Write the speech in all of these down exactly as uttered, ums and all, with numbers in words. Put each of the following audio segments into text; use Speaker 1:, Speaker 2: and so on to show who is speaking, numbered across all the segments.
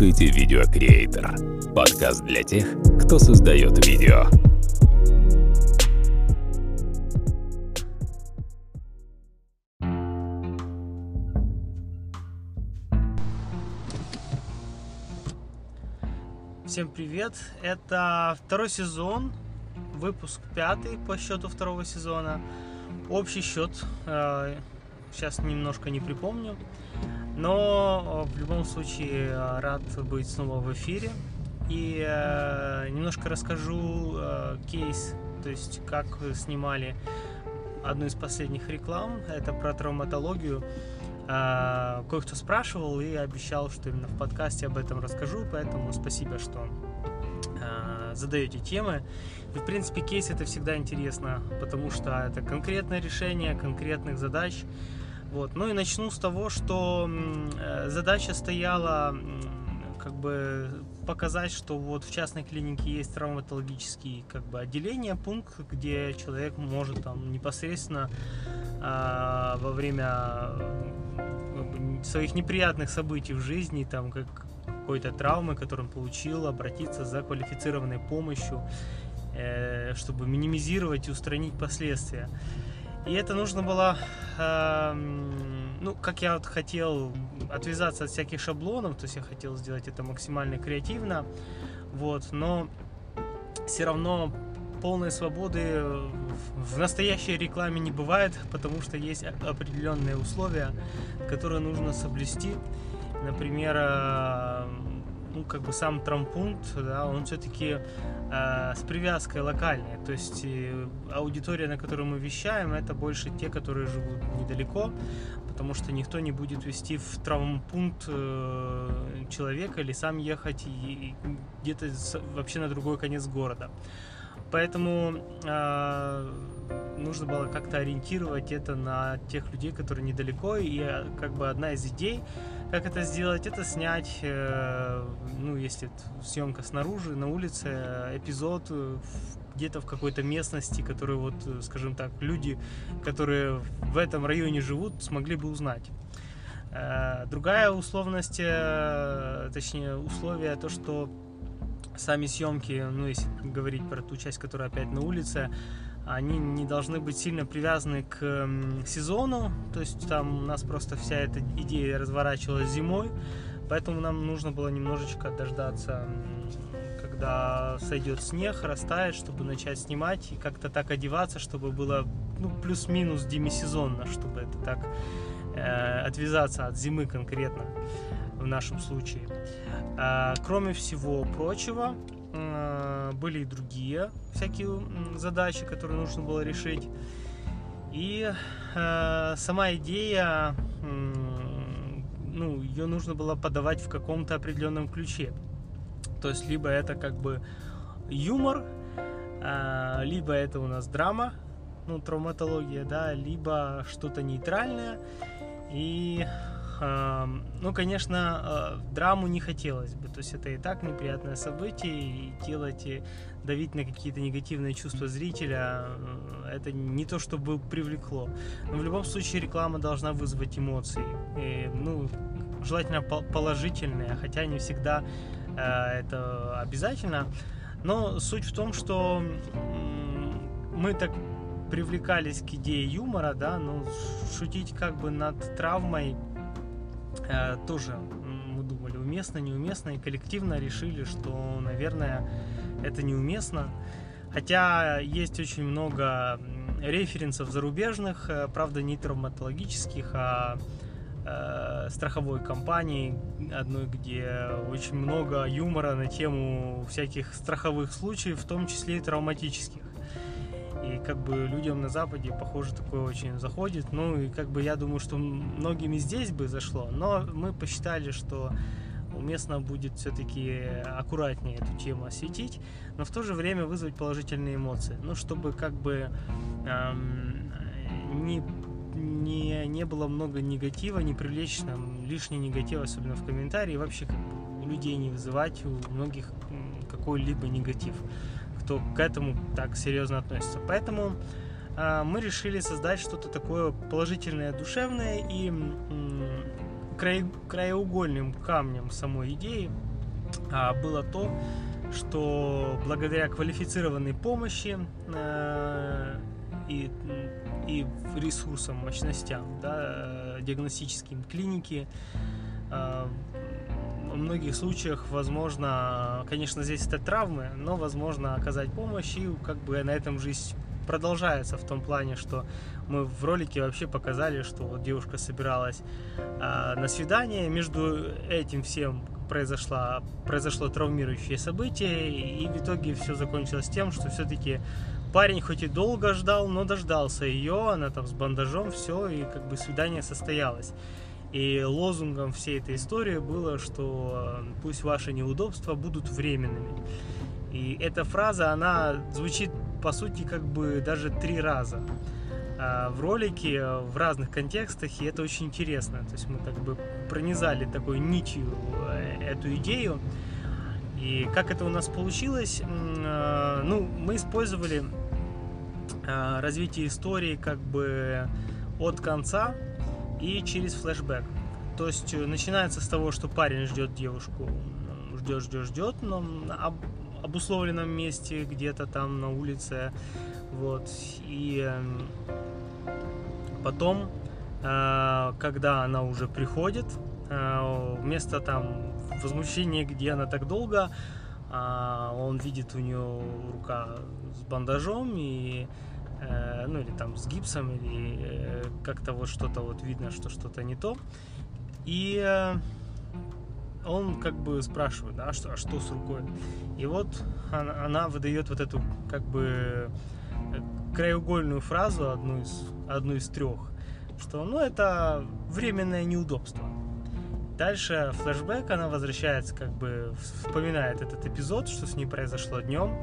Speaker 1: слушаете Video Creator, подкаст для тех, кто создает видео.
Speaker 2: Всем привет! Это второй сезон, выпуск пятый по счету второго сезона. Общий счет э, сейчас немножко не припомню, но в любом случае рад быть снова в эфире и э, немножко расскажу э, кейс, то есть как снимали одну из последних реклам, это про травматологию. Uh, кое-кто спрашивал и обещал, что именно в подкасте об этом расскажу, поэтому спасибо, что uh, задаете темы. И, в принципе, кейс это всегда интересно, потому что это конкретное решение конкретных задач. Вот. Ну и начну с того, что uh, задача стояла uh, как бы показать, что вот в частной клинике есть травматологические как бы отделения, пункт, где человек может там непосредственно uh, во время своих неприятных событий в жизни, там как какой-то травмы, которую он получил, обратиться за квалифицированной помощью, э, чтобы минимизировать и устранить последствия. И это нужно было, э, ну, как я вот хотел отвязаться от всяких шаблонов, то есть я хотел сделать это максимально креативно, вот, но все равно полной свободы в настоящей рекламе не бывает, потому что есть определенные условия, которые нужно соблюсти. Например, ну, как бы сам травмпункт, да, он все-таки э, с привязкой локальной. То есть э, аудитория, на которую мы вещаем, это больше те, которые живут недалеко, потому что никто не будет везти в травмпункт э, человека или сам ехать и, и где-то вообще на другой конец города. Поэтому э, нужно было как-то ориентировать это на тех людей, которые недалеко. И как бы одна из идей, как это сделать, это снять, э, ну, если съемка снаружи, на улице, эпизод где-то в какой-то местности, которые вот, скажем так, люди, которые в этом районе живут, смогли бы узнать. Э, другая условность, э, точнее условие, то, что сами съемки, ну, если говорить про ту часть, которая опять на улице, они не должны быть сильно привязаны к сезону, то есть там у нас просто вся эта идея разворачивалась зимой, поэтому нам нужно было немножечко дождаться, когда сойдет снег, растает, чтобы начать снимать и как-то так одеваться, чтобы было, ну, плюс-минус демисезонно, чтобы это так э, отвязаться от зимы конкретно в нашем случае. А, кроме всего прочего, а, были и другие всякие задачи, которые нужно было решить. И а, сама идея, ну, ее нужно было подавать в каком-то определенном ключе. То есть либо это как бы юмор, а, либо это у нас драма, ну, травматология, да, либо что-то нейтральное. И ну, конечно, драму не хотелось бы, то есть это и так неприятное событие, и делать, и давить на какие-то негативные чувства зрителя, это не то, чтобы привлекло. Но в любом случае реклама должна вызвать эмоции, и, ну, желательно положительные, хотя не всегда это обязательно. Но суть в том, что мы так привлекались к идее юмора, да, ну, шутить как бы над травмой тоже мы думали, уместно, неуместно, и коллективно решили, что, наверное, это неуместно. Хотя есть очень много референсов зарубежных, правда, не травматологических, а э, страховой компании одной, где очень много юмора на тему всяких страховых случаев, в том числе и травматических. И как бы людям на Западе, похоже, такое очень заходит. Ну и как бы я думаю, что многим и здесь бы зашло. Но мы посчитали, что уместно будет все-таки аккуратнее эту тему осветить, но в то же время вызвать положительные эмоции. Ну, чтобы как бы эм, не, не, не было много негатива, не привлечь там лишний негатив, особенно в комментарии, и вообще как бы у людей не вызывать у многих какой-либо негатив, кто к этому так серьезно относится. Поэтому э, мы решили создать что-то такое положительное, душевное, и м, край, краеугольным камнем самой идеи а, было то, что благодаря квалифицированной помощи э, и, и ресурсам, мощностям, да, диагностическим клиники, э, в многих случаях возможно, конечно, здесь это травмы, но возможно оказать помощь, и как бы на этом жизнь продолжается, в том плане, что мы в ролике вообще показали, что вот девушка собиралась э, на свидание, между этим всем произошло, произошло травмирующее событие, и в итоге все закончилось тем, что все-таки парень хоть и долго ждал, но дождался ее, она там с бандажом, все, и как бы свидание состоялось. И лозунгом всей этой истории было, что пусть ваши неудобства будут временными. И эта фраза, она звучит, по сути, как бы даже три раза в ролике, в разных контекстах, и это очень интересно. То есть мы как бы пронизали такой нитью эту идею. И как это у нас получилось? Ну, мы использовали развитие истории как бы от конца и через флешбэк. То есть начинается с того, что парень ждет девушку, ждет, ждет, ждет, но об обусловленном месте, где-то там на улице, вот, и потом, когда она уже приходит, вместо там возмущения, где она так долго, он видит у нее рука с бандажом, и, ну, или там с гипсом, или как-то вот что-то вот видно, что что-то не то, и он как бы спрашивает, а что, а что с рукой? И вот она, она выдает вот эту как бы краеугольную фразу, одну из, одну из трех, что ну это временное неудобство. Дальше флешбэк, она возвращается, как бы вспоминает этот эпизод, что с ней произошло днем,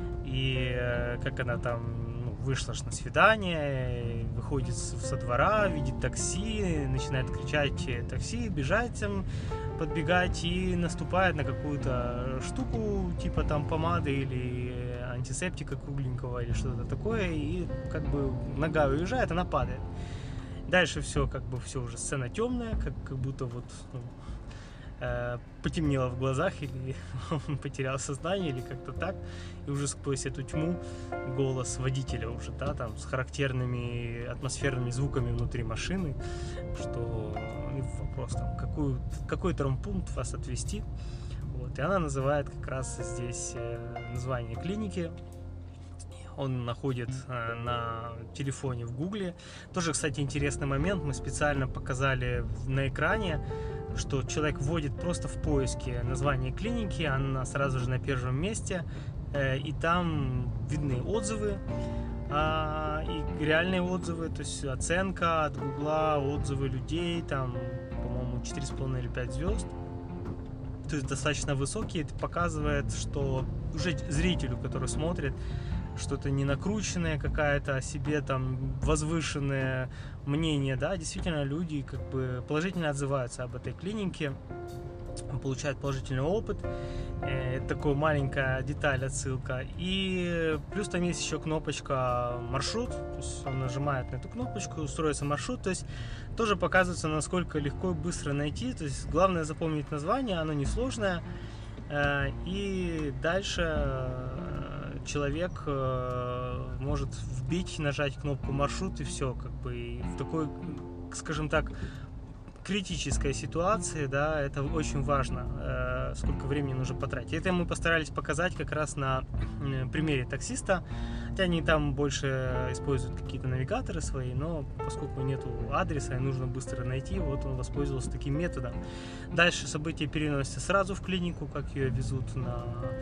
Speaker 2: и как она там ну, вышла на свидание, выходит со двора, видит такси, начинает кричать такси, бежать там, подбегать, и наступает на какую-то штуку, типа там помады или антисептика кругленького или что-то такое, и как бы нога уезжает, она падает. Дальше все, как бы все уже сцена темная, как, как будто вот ну, э, потемнело в глазах, или он потерял сознание, или как-то так, и уже сквозь эту тьму голос водителя уже, да, там с характерными атмосферными звуками внутри машины, что вопрос там, какую, какой травмпункт вас отвезти, вот, и она называет как раз здесь э, название клиники. Он находит э, на телефоне в Гугле. Тоже, кстати, интересный момент. Мы специально показали на экране, что человек вводит просто в поиске название клиники, она сразу же на первом месте, э, и там видны отзывы, э, и реальные отзывы, то есть оценка от Гугла, отзывы людей, там, по-моему, четыре с половиной или пять звезд. То есть достаточно высокие. Это показывает, что уже зрителю, который смотрит, что-то не накрученное какая-то о себе там возвышенное мнение, да, действительно люди как бы положительно отзываются об этой клинике, получают положительный опыт. Это такая маленькая деталь, отсылка. И плюс там есть еще кнопочка маршрут, то есть он нажимает на эту кнопочку, устроится маршрут, то есть тоже показывается, насколько легко и быстро найти. То есть главное запомнить название, оно несложное. И дальше человек может вбить, нажать кнопку маршрут, и все, как бы и в такой, скажем так, критической ситуации, да, это очень важно, сколько времени нужно потратить. Это мы постарались показать как раз на примере таксиста, хотя они там больше используют какие-то навигаторы свои, но поскольку нету адреса и нужно быстро найти, вот он воспользовался таким методом. Дальше события переносятся сразу в клинику, как ее везут на,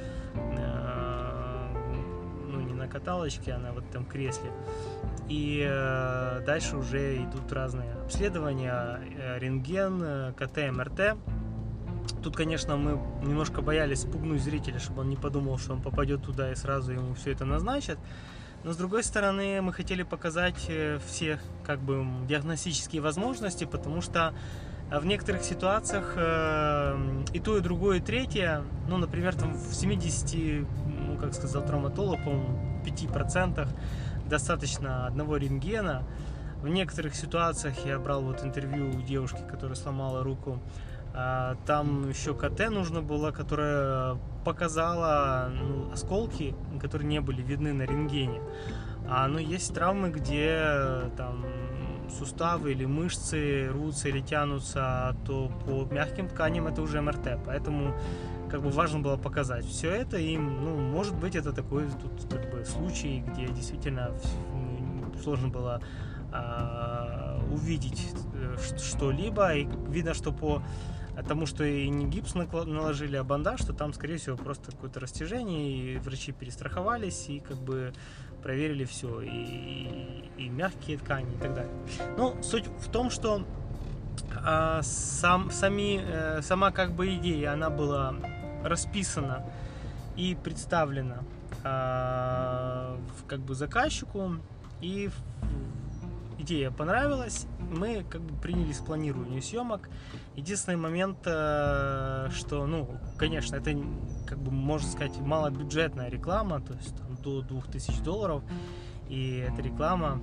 Speaker 2: ну, не на каталочке, а на вот этом кресле. И э, дальше уже идут разные обследования, э, рентген, э, КТ, МРТ. Тут, конечно, мы немножко боялись спугнуть зрителя, чтобы он не подумал, что он попадет туда и сразу ему все это назначат. Но, с другой стороны, мы хотели показать все как бы диагностические возможности, потому что в некоторых ситуациях э, и то, и другое, и третье, ну, например, там в семидесяти, ну, как сказал травматолог, по-моему, пяти процентах достаточно одного рентгена. В некоторых ситуациях я брал вот интервью у девушки, которая сломала руку. Там еще КТ нужно было, которое показало, ну, осколки, которые не были видны на рентгене. А, ну, есть травмы, где там суставы или мышцы рвутся или тянутся, то по мягким тканям это уже эм эр тэ. Поэтому как бы важно было показать все это им. Ну, может быть, это такой тут как бы случай, где действительно сложно было а, увидеть что-либо. И видно, что по тому, что и не гипс наложили, а бандаж, что там, скорее всего, просто какое-то растяжение, и врачи перестраховались и как бы проверили все, и, и, и мягкие ткани и так далее. Ну, суть в том, что а, сам, сами, э, сама как бы идея, она была расписана и представлена а, как бы заказчику, и идея понравилась, мы как бы принялись к планированию съемок. Единственный момент, что, ну, конечно, это, как бы, можно сказать, малобюджетная реклама, то есть там, до двух тысяч долларов, и эта реклама,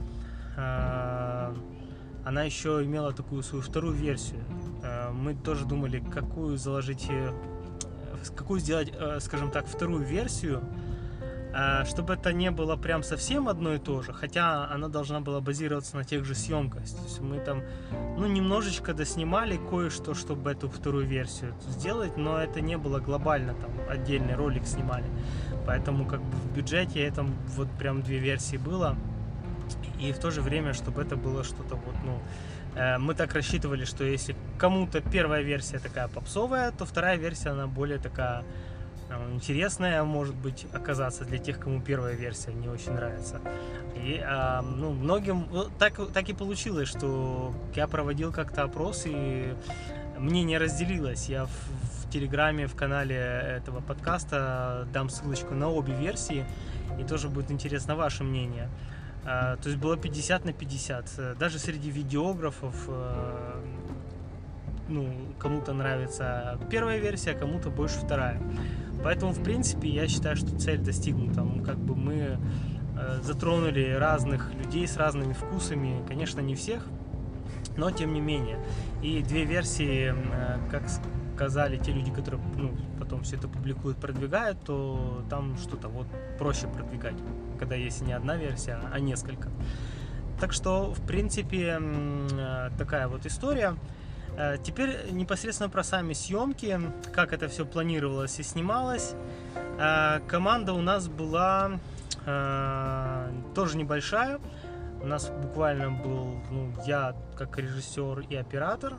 Speaker 2: она еще имела такую свою вторую версию. Мы тоже думали, какую заложить, какую сделать, скажем так, вторую версию, чтобы это не было прям совсем одно и то же, хотя она должна была базироваться на тех же съемках. То есть мы там, ну, немножечко доснимали кое-что, чтобы эту вторую версию сделать, но это не было глобально, там отдельный ролик снимали. Поэтому как бы в бюджете это вот прям две версии было. И в то же время, чтобы это было что-то вот, ну, э, мы так рассчитывали, что если кому-то первая версия такая попсовая, то вторая версия, она более такая интересная, может быть, оказаться для тех, кому первая версия не очень нравится. И, а, ну, многим ну, так, так и получилось, что я проводил как-то опрос, и мнение разделилось. Я в, в Телеграме, в канале этого подкаста дам ссылочку на обе версии, и тоже будет интересно ваше мнение. А, то есть было пятьдесят на пятьдесят. Даже среди видеографов, а, ну, кому-то нравится первая версия, а кому-то больше вторая. Поэтому, в принципе, я считаю, что цель достигнута. Как бы мы э, затронули разных людей с разными вкусами, конечно, не всех, но тем не менее. И две версии, э, как сказали те люди, которые, ну, потом все это публикуют, продвигают, то там что-то вот проще продвигать, когда есть не одна версия, а несколько. Так что, в принципе, э, такая вот история. Теперь непосредственно про сами съемки, как это все планировалось и снималось. Команда у нас была тоже небольшая. У нас буквально был, ну, я как режиссер и оператор.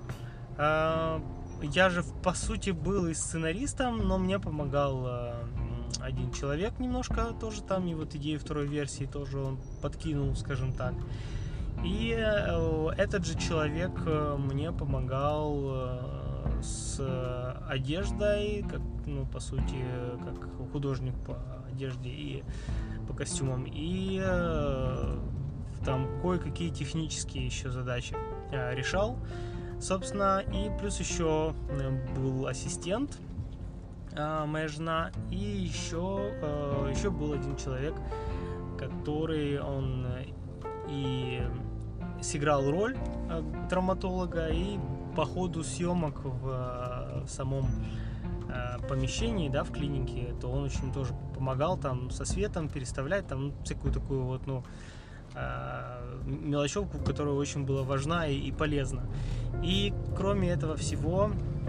Speaker 2: Я же по сути был и сценаристом, но мне помогал один человек немножко тоже там, и вот идею второй версии тоже он подкинул, скажем так. И этот же человек мне помогал с одеждой, как, ну, по сути, как художник по одежде и по костюмам, и там кое-какие технические еще задачи решал, собственно, и плюс еще был ассистент, моя жена, и еще, еще был один человек, который он и сыграл роль травматолога, и по ходу съемок в самом помещении, да, в клинике, то он очень тоже помогал там со светом переставлять, там, ну, всякую такую вот, ну, мелочевку, которая очень была важна и, и полезна. И кроме этого всего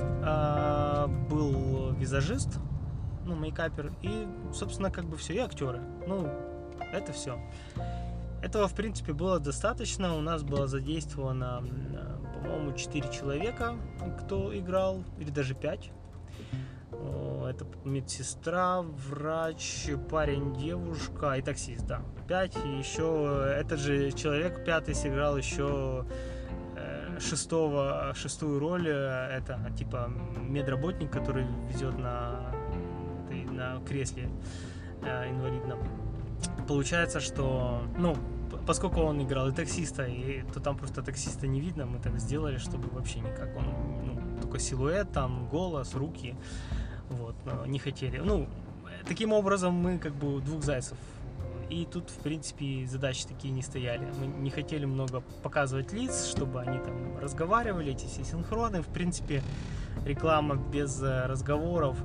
Speaker 2: был визажист, ну, мейкапер, и, собственно, как бы все, и актеры. Ну, это все. Этого, в принципе, было достаточно. У нас было задействовано, по-моему, четыре человека, кто играл, или даже пять. Это медсестра, врач, парень, девушка и таксист, да. пять. И еще этот же человек, пятый, сыграл еще шестого, шестую роль. Это типа медработник, который везет на, на кресле инвалидном. Получается, что, ну, поскольку он играл и таксиста, и, то там просто таксиста не видно, мы так сделали, чтобы вообще никак. Он, ну, только силуэт, там, голос, руки, вот, не хотели. Ну, таким образом мы как бы двух зайцев. И тут, в принципе, задачи такие не стояли. Мы не хотели много показывать лиц, чтобы они там разговаривали, эти все синхроны. В принципе, реклама без разговоров,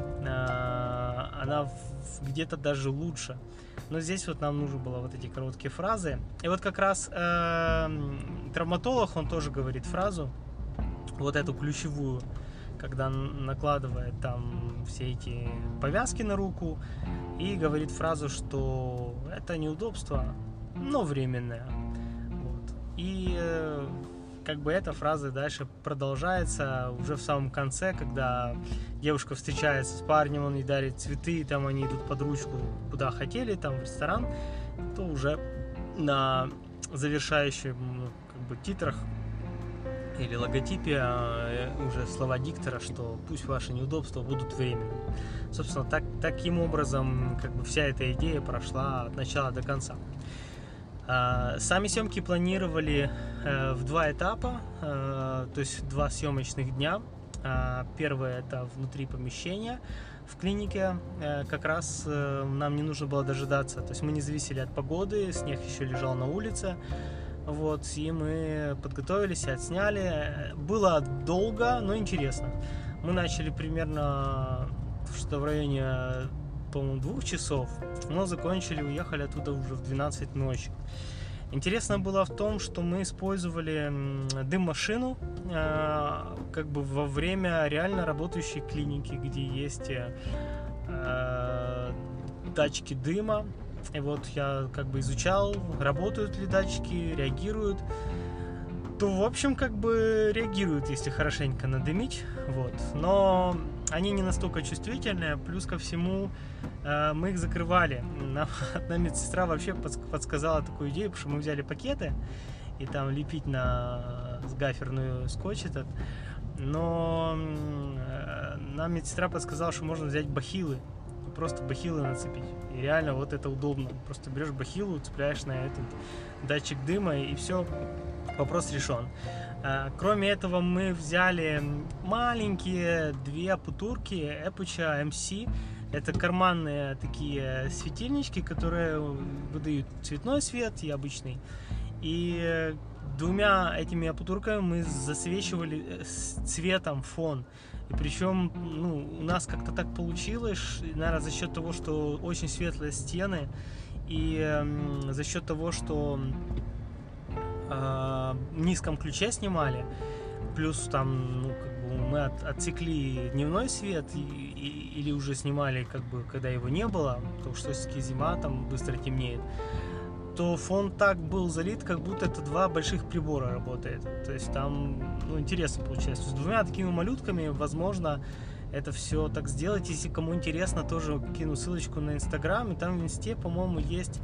Speaker 2: она где-то даже лучше. Но здесь вот нам нужны были вот эти короткие фразы. И вот как раз э, травматолог, он тоже говорит фразу, вот эту ключевую, когда накладывает там все эти повязки на руку и говорит фразу, что это неудобство, но временное. Вот. И э, как бы эта фраза дальше продолжается уже в самом конце, когда девушка встречается с парнем, он ей дарит цветы, там они идут под ручку куда хотели, там в ресторан, то уже на завершающем, ну, как бы титрах или логотипе уже слова диктора, что пусть ваши неудобства будут временными. Собственно, так, таким образом как бы вся эта идея прошла от начала до конца. Сами съемки планировали в два этапа, то есть два съемочных дня. Первое — это внутри помещения в клинике, как раз нам не нужно было дожидаться, то есть мы не зависели от погоды, снег еще лежал на улице, вот, и мы подготовились и отсняли. Было долго, но интересно. Мы начали примерно что в районе, по-моему, двух часов, но закончили, уехали оттуда уже в двенадцать ночи. Интересно было в том, что мы использовали дым-машину э, как бы во время реально работающей клиники, где есть э, датчики дыма. И вот я как бы изучал, работают ли датчики, реагируют. То, в общем, как бы реагируют, если хорошенько надымить. Вот. Но они не настолько чувствительные, плюс ко всему э, мы их закрывали. Нам одна медсестра вообще подсказала такую идею, потому что мы взяли пакеты и там лепить на гаферную скотч этот. Но э, нам медсестра подсказала, что можно взять бахилы, просто бахилы нацепить. И реально вот это удобно. Просто берешь бахилу, цепляешь на этот датчик дыма, и все, вопрос решен. Кроме этого, мы взяли маленькие две апутурки Aputure эм си. Это карманные такие светильнички, которые выдают цветной свет и обычный. И двумя этими апутурками мы засвечивали цветом фон. И причем, ну, у нас как-то так получилось, наверное, за счет того, что очень светлые стены, и э, за счет того, что в низком ключе снимали, плюс там, ну, как бы мы от, отсекли дневной свет и, и, или уже снимали, как бы, когда его не было, потому что все-таки зима, там быстро темнеет, то фон так был залит, как будто это два больших прибора работает. То есть там, ну, интересно получается. С двумя такими малютками, возможно, это все так сделать. Если кому интересно, тоже кину ссылочку на Инстаграм, и там в Инсте, по-моему, есть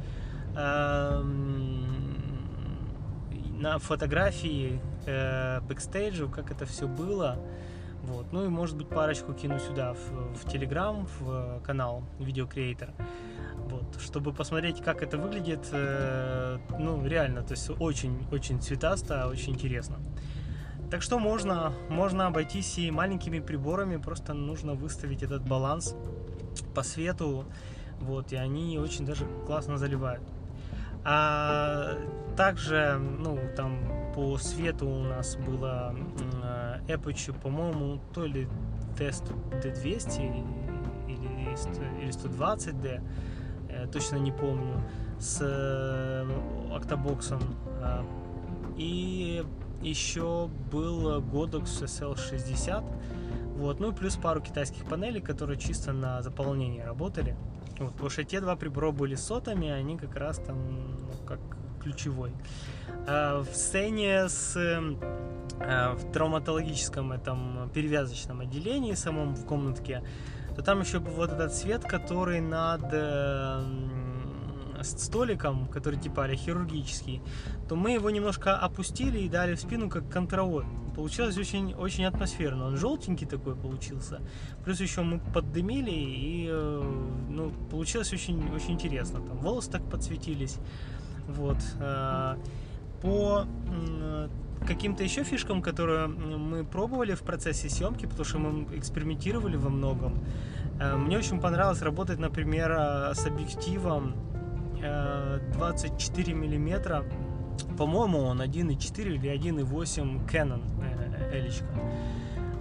Speaker 2: на фотографии э, бэкстейджу, как это все было. Вот. Ну и, может быть, парочку кину сюда в, в Телеграм, в канал Видеокреатор. Вот. Чтобы посмотреть, как это выглядит. Э, ну, реально, то есть очень-очень цветасто, очень интересно. Так что можно, можно обойтись и маленькими приборами, просто нужно выставить этот баланс по свету. Вот, и они очень даже классно заливают. А также, ну, там по свету у нас было э, Aputure, по-моему, то ли ди двести или, или сто двадцать ди, э, точно не помню, с э, октобоксом. Э, и еще был Godox эс эл шестьдесят. Вот, ну и плюс пару китайских панелей, которые чисто на заполнение работали. Вот, потому что те два прибора были сотами, они как раз там, ну, как ключевой. А в сцене с а, в травматологическом этом перевязочном отделении самом в комнатке, то там еще был вот этот свет, который над э, столиком, который типа а-ля хирургический, то мы его немножко опустили и дали в спину как контровой. Получилось очень, очень атмосферно. Он желтенький такой получился. Плюс еще мы поддымили, и ну, получилось очень, очень интересно. Там волосы так подсветились. Вот. По каким-то еще фишкам, которые мы пробовали в процессе съемки, потому что мы экспериментировали во многом, мне очень понравилось работать, например, с объективом двадцать четыре миллиметра. По-моему, он один и четыре или один и восемь Canon Элечка.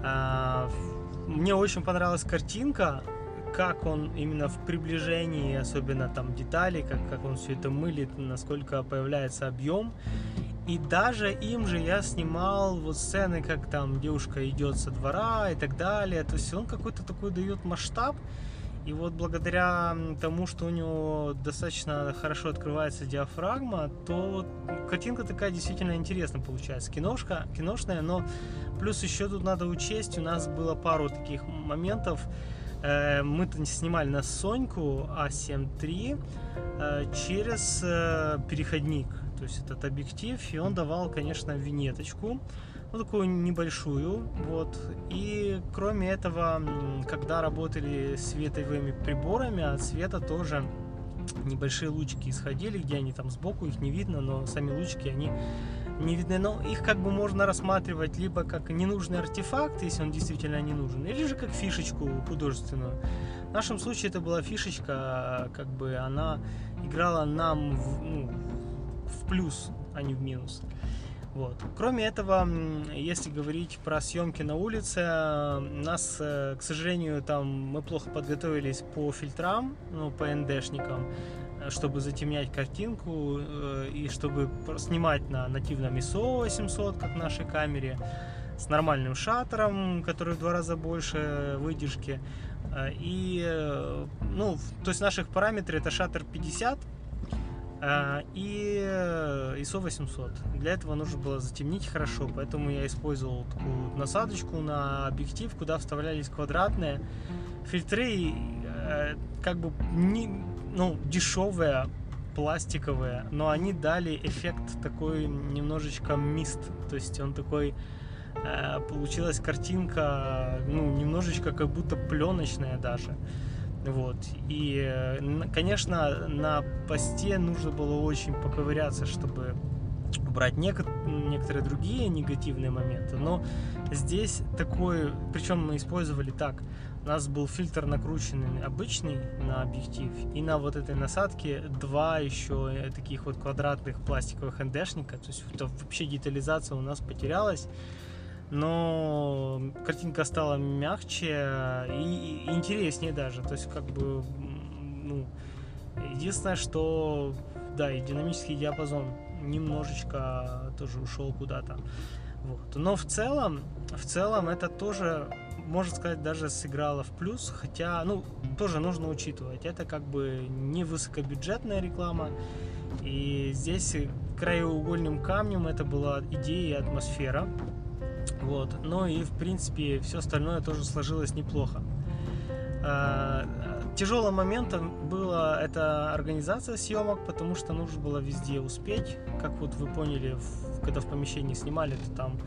Speaker 2: Мне очень понравилась картинка, как он именно в приближении, особенно там деталей, как, как он все это мылит, насколько появляется объем. И даже им же я снимал вот сцены, как там девушка идет со двора и так далее. То есть он какой-то такой дает масштаб. И вот благодаря тому, что у него достаточно хорошо открывается диафрагма, то картинка такая действительно интересная получается. Киношка, киношная, но плюс еще тут надо учесть, у нас было пару таких моментов. Мы-то снимали на Соньку а семь три через переходник. То есть этот объектив, и он давал, конечно, виньеточку. Ну, такую небольшую, вот. И кроме этого, когда работали световыми приборами, от света тоже небольшие лучики исходили, где они там сбоку, их не видно, но сами лучики, они не видны. Но их как бы можно рассматривать либо как ненужный артефакт, если он действительно не нужен, или же как фишечку художественную. В нашем случае это была фишечка, как бы она играла нам в, ну, в плюс, а не в минус. Вот. Кроме этого, если говорить про съемки на улице, у нас, к сожалению, там мы плохо подготовились по фильтрам, ну, по эн дэ-шникам, чтобы затемнять картинку и чтобы снимать на нативном ай эс о восемьсот, как в нашей камере, с нормальным шаттером, который в два раза больше выдержки. И, ну, то есть наших параметров это шаттер пятьдесят и ай эс о восемьсот. Для этого нужно было затемнить хорошо, поэтому я использовал такую насадочку на объектив, куда вставлялись квадратные фильтры, как бы не, ну, дешевые, пластиковые, но они дали эффект такой немножечко мист, то есть он такой, получилась картинка, ну, немножечко как будто пленочная даже. Вот. И, конечно, на посте нужно было очень поковыряться, чтобы убрать некоторые другие негативные моменты. Но здесь такой, причем мы использовали так, у нас был фильтр накрученный обычный на объектив, и на вот этой насадке два еще таких вот квадратных пластиковых эн дэ-шника, то есть вообще детализация у нас потерялась. Но картинка стала мягче и интереснее даже. То есть, как бы, ну, единственное, что, да, и динамический диапазон немножечко тоже ушел куда-то. Вот. Но в целом, в целом это тоже, можно сказать, даже сыграло в плюс. Хотя, ну, тоже нужно учитывать. Это как бы не высокобюджетная реклама. И здесь краеугольным камнем это была идея и атмосфера. Вот. Ну и в принципе все остальное тоже сложилось неплохо. Тяжелым моментом была эта организация съемок, потому что нужно было везде успеть. Как вот вы поняли, когда в помещении снимали, то там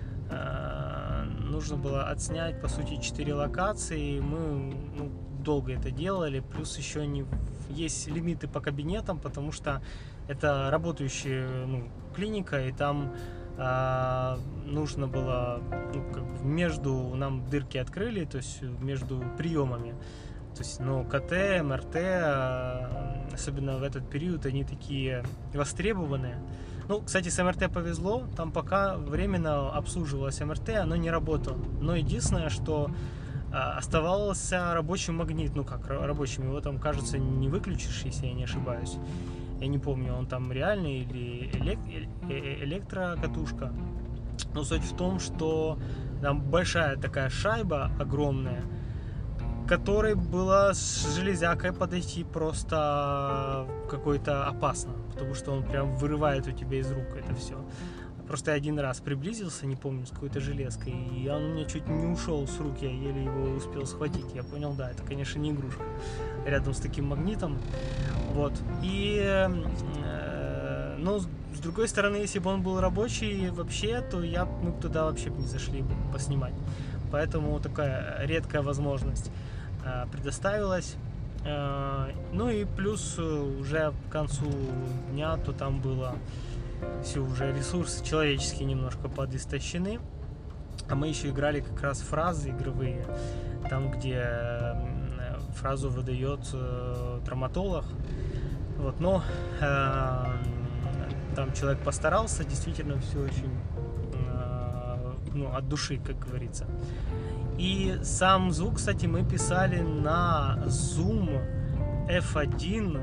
Speaker 2: нужно было отснять по сути четыре локации. Мы, ну, долго это делали, плюс еще не есть лимиты по кабинетам, потому что это работающая, ну, клиника, и там А, нужно было, ну, как бы между, нам дырки открыли, то есть между приемами, то есть, ну, ка тэ, эм эр тэ, особенно в этот период, они такие востребованные. Ну, кстати, с эм эр тэ повезло, там пока временно обслуживалось эм эр тэ, оно не работало, но единственное, что а, оставался рабочий магнит, ну как рабочим, его там, кажется, не выключишь, если я не ошибаюсь. Я не помню, он там реальный или элек- электрокатушка. Но суть в том, что там большая такая шайба огромная, которой было с железякой подойти просто какой-то опасно, потому что он прям вырывает у тебя из рук это все. Просто я один раз приблизился, не помню, с какой-то железкой, и он у меня чуть не ушел с рук, я еле его успел схватить. Я понял, да, это, конечно, не игрушка рядом с таким магнитом. Вот. И, э, ну, с другой стороны, если бы он был рабочий вообще, то я, мы бы туда вообще не зашли бы поснимать. Поэтому такая редкая возможность э, предоставилась. Э, ну и плюс уже к концу дня, то там было все уже ресурсы человеческие немножко подистощены. А мы еще играли как раз фразы игровые, там, где фразу выдает э, травматолог. Вот, но э, там человек постарался, действительно все очень э, ну, от души, как говорится. И сам звук, кстати, мы писали на Zoom эф один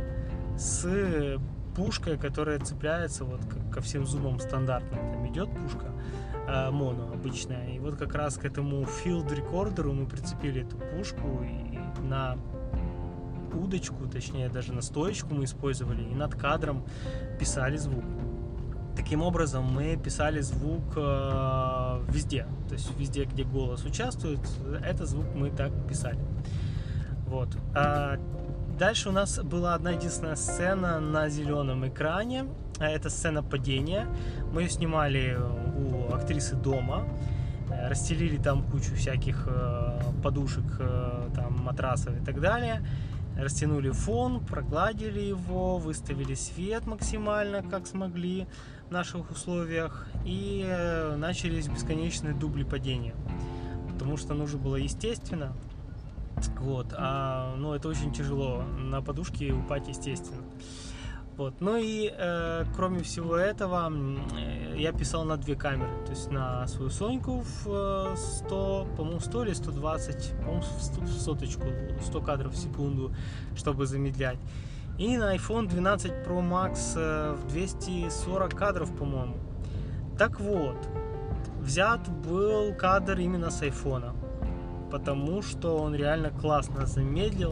Speaker 2: с пушкой, которая цепляется вот ко всем зумам стандартно. Там идет пушка э, моно обычная. И вот как раз к этому field рекордеру мы прицепили эту пушку и на удочку, точнее даже на стоечку мы использовали, и над кадром писали звук. Таким образом мы писали звук э, везде, то есть везде, где голос участвует, этот звук мы так писали. Вот. А дальше у нас была одна единственная сцена на зеленом экране, это сцена падения. Мы ее снимали у актрисы дома, расстелили там кучу всяких э, подушек, э, там матрасов и так далее. Растянули фон, прогладили его, выставили свет максимально, как смогли в наших условиях, и начались бесконечные дубли падения, потому что нужно было естественно, вот, а, ну, это очень тяжело, на подушке упасть естественно. Вот. Ну и э, кроме всего этого, э, я писал на две камеры, то есть на свою Соньку в сто, по-моему, сто или сто двадцать, по-моему, в соточку, сто кадров в секунду, чтобы замедлять. И на iPhone двенадцать Pro Max э, в двести сорок кадров, по-моему. Так вот, взят был кадр именно с iPhone, потому что он реально классно замедлил.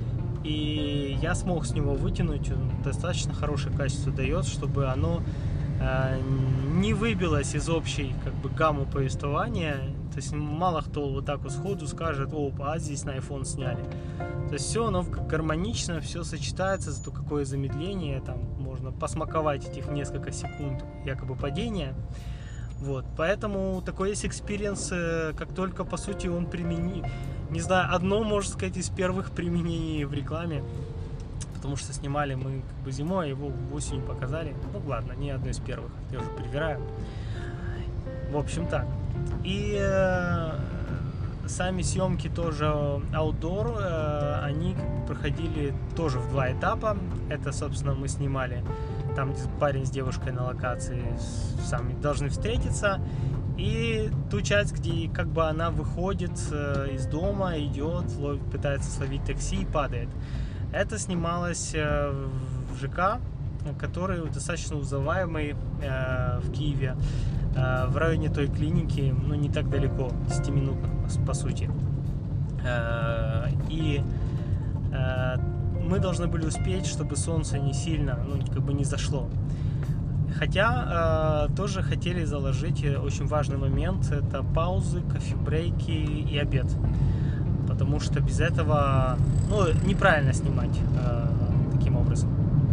Speaker 2: И я смог с него вытянуть, он достаточно хорошее качество дает, чтобы оно э, не выбилось из общей как бы гаммы повествования. То есть мало кто вот так вот сходу скажет: о, а здесь на iPhone сняли. То есть все оно гармонично, все сочетается, зато какое замедление, там можно посмаковать этих несколько секунд якобы падения. Вот, поэтому такой есть экспириенс, как только, по сути, он применил, не знаю, одно, можно сказать, из первых применений в рекламе, потому что снимали мы как бы зимой, его осенью показали, ну ладно, не одно из первых, я уже привираю. В общем так. И э, сами съемки тоже outdoor, э, они как бы проходили тоже в два этапа. Это, собственно, мы снимали там, где парень с девушкой на локации сами должны встретиться, и ту часть, где как бы она выходит э, из дома, идет, ловит, пытается словить такси и падает. Это снималось э, в ЖК, который достаточно узнаваемый э, в Киеве, э, в районе той клиники, ну не так далеко, десять минут по сути. Э, и э, мы должны были успеть, чтобы солнце не сильно, ну, как бы не зашло. Хотя э, тоже хотели заложить очень важный момент, это паузы, кофе-брейки и обед. Потому что без этого, ну, неправильно снимать э, таким образом.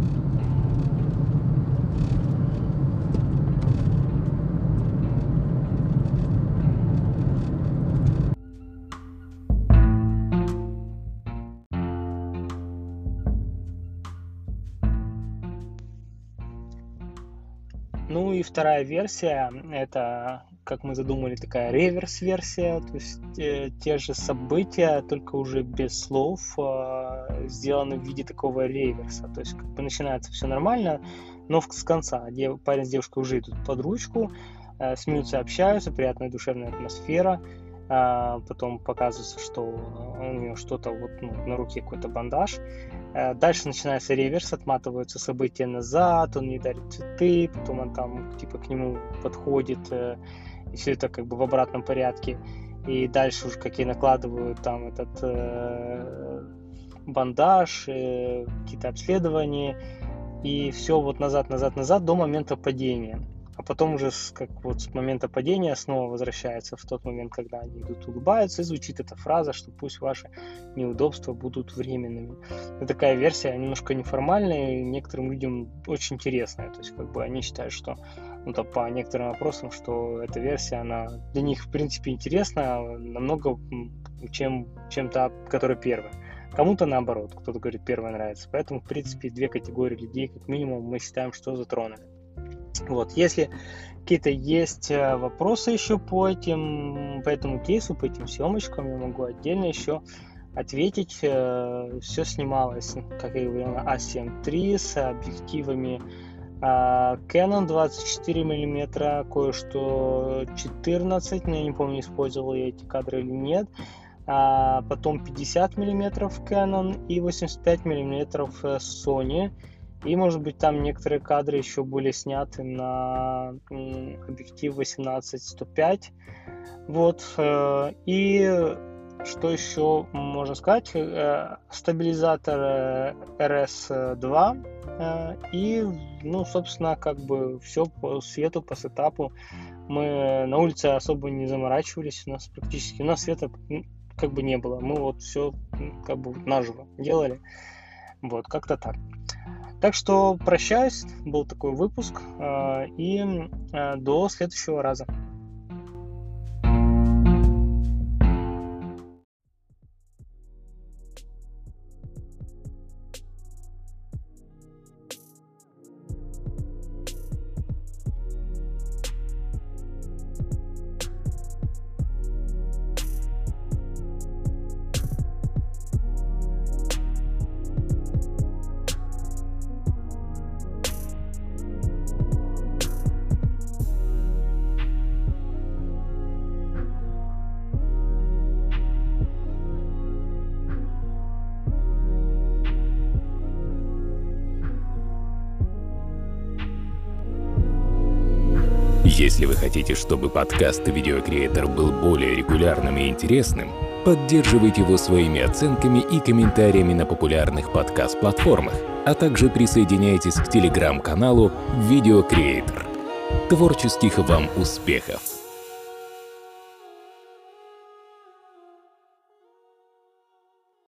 Speaker 2: Ну и вторая версия, это, как мы задумали, такая реверс-версия, то есть э, те же события, только уже без слов, э, сделаны в виде такого реверса. То есть как бы начинается все нормально, но с конца дев, парень с девушкой уже идут под ручку, э, смеются, общаются, приятная душевная атмосфера. Потом показывается, что у нее что-то вот, ну, на руке, какой-то бандаж. Дальше начинается реверс, отматываются события назад, он ей дарит цветы, потом он там типа к нему подходит, и все это как бы в обратном порядке. И дальше уже какие накладывают там этот э, бандаж, э, какие-то обследования, и все вот назад, назад, назад до момента падения. А потом уже с, как вот с момента падения снова возвращается в тот момент, когда они идут, улыбаются, и звучит эта фраза, что пусть ваши неудобства будут временными. Это такая версия немножко неформальная, и некоторым людям очень интересная. То есть как бы они считают, что, ну, то, по некоторым вопросам, что эта версия, она для них в принципе интересна намного, чем, чем та, которая первая. Кому-то наоборот, кто-то говорит, первая нравится. Поэтому в принципе две категории людей как минимум мы считаем, что затронули. Вот, если какие-то есть вопросы еще по этим, по этому кейсу, по этим съемочкам, я могу отдельно еще ответить. Все снималось, как я говорил, на а семь три с объективами Canon двадцать четыре миллиметра, кое-что четырнадцать, но я не помню, использовал я эти кадры или нет. А потом пятьдесят миллиметров Canon и восемьдесят пять миллиметров Sony. И, может быть, там некоторые кадры еще были сняты на объектив восемнадцать сто пять. Вот. И что еще можно сказать? Стабилизатор эр эс два. И, ну, собственно, как бы все по свету, по сетапу. Мы на улице особо не заморачивались. У нас практически, у нас света как бы не было. Мы вот все как бы наживо делали. Вот, как-то так. Так что прощаюсь. Был такой выпуск. И до следующего раза.
Speaker 1: Если вы хотите, чтобы подкаст «Видеокреатор» был более регулярным и интересным, поддерживайте его своими оценками и комментариями на популярных подкаст-платформах, а также присоединяйтесь к телеграм-каналу «Видеокреатор». Творческих вам успехов!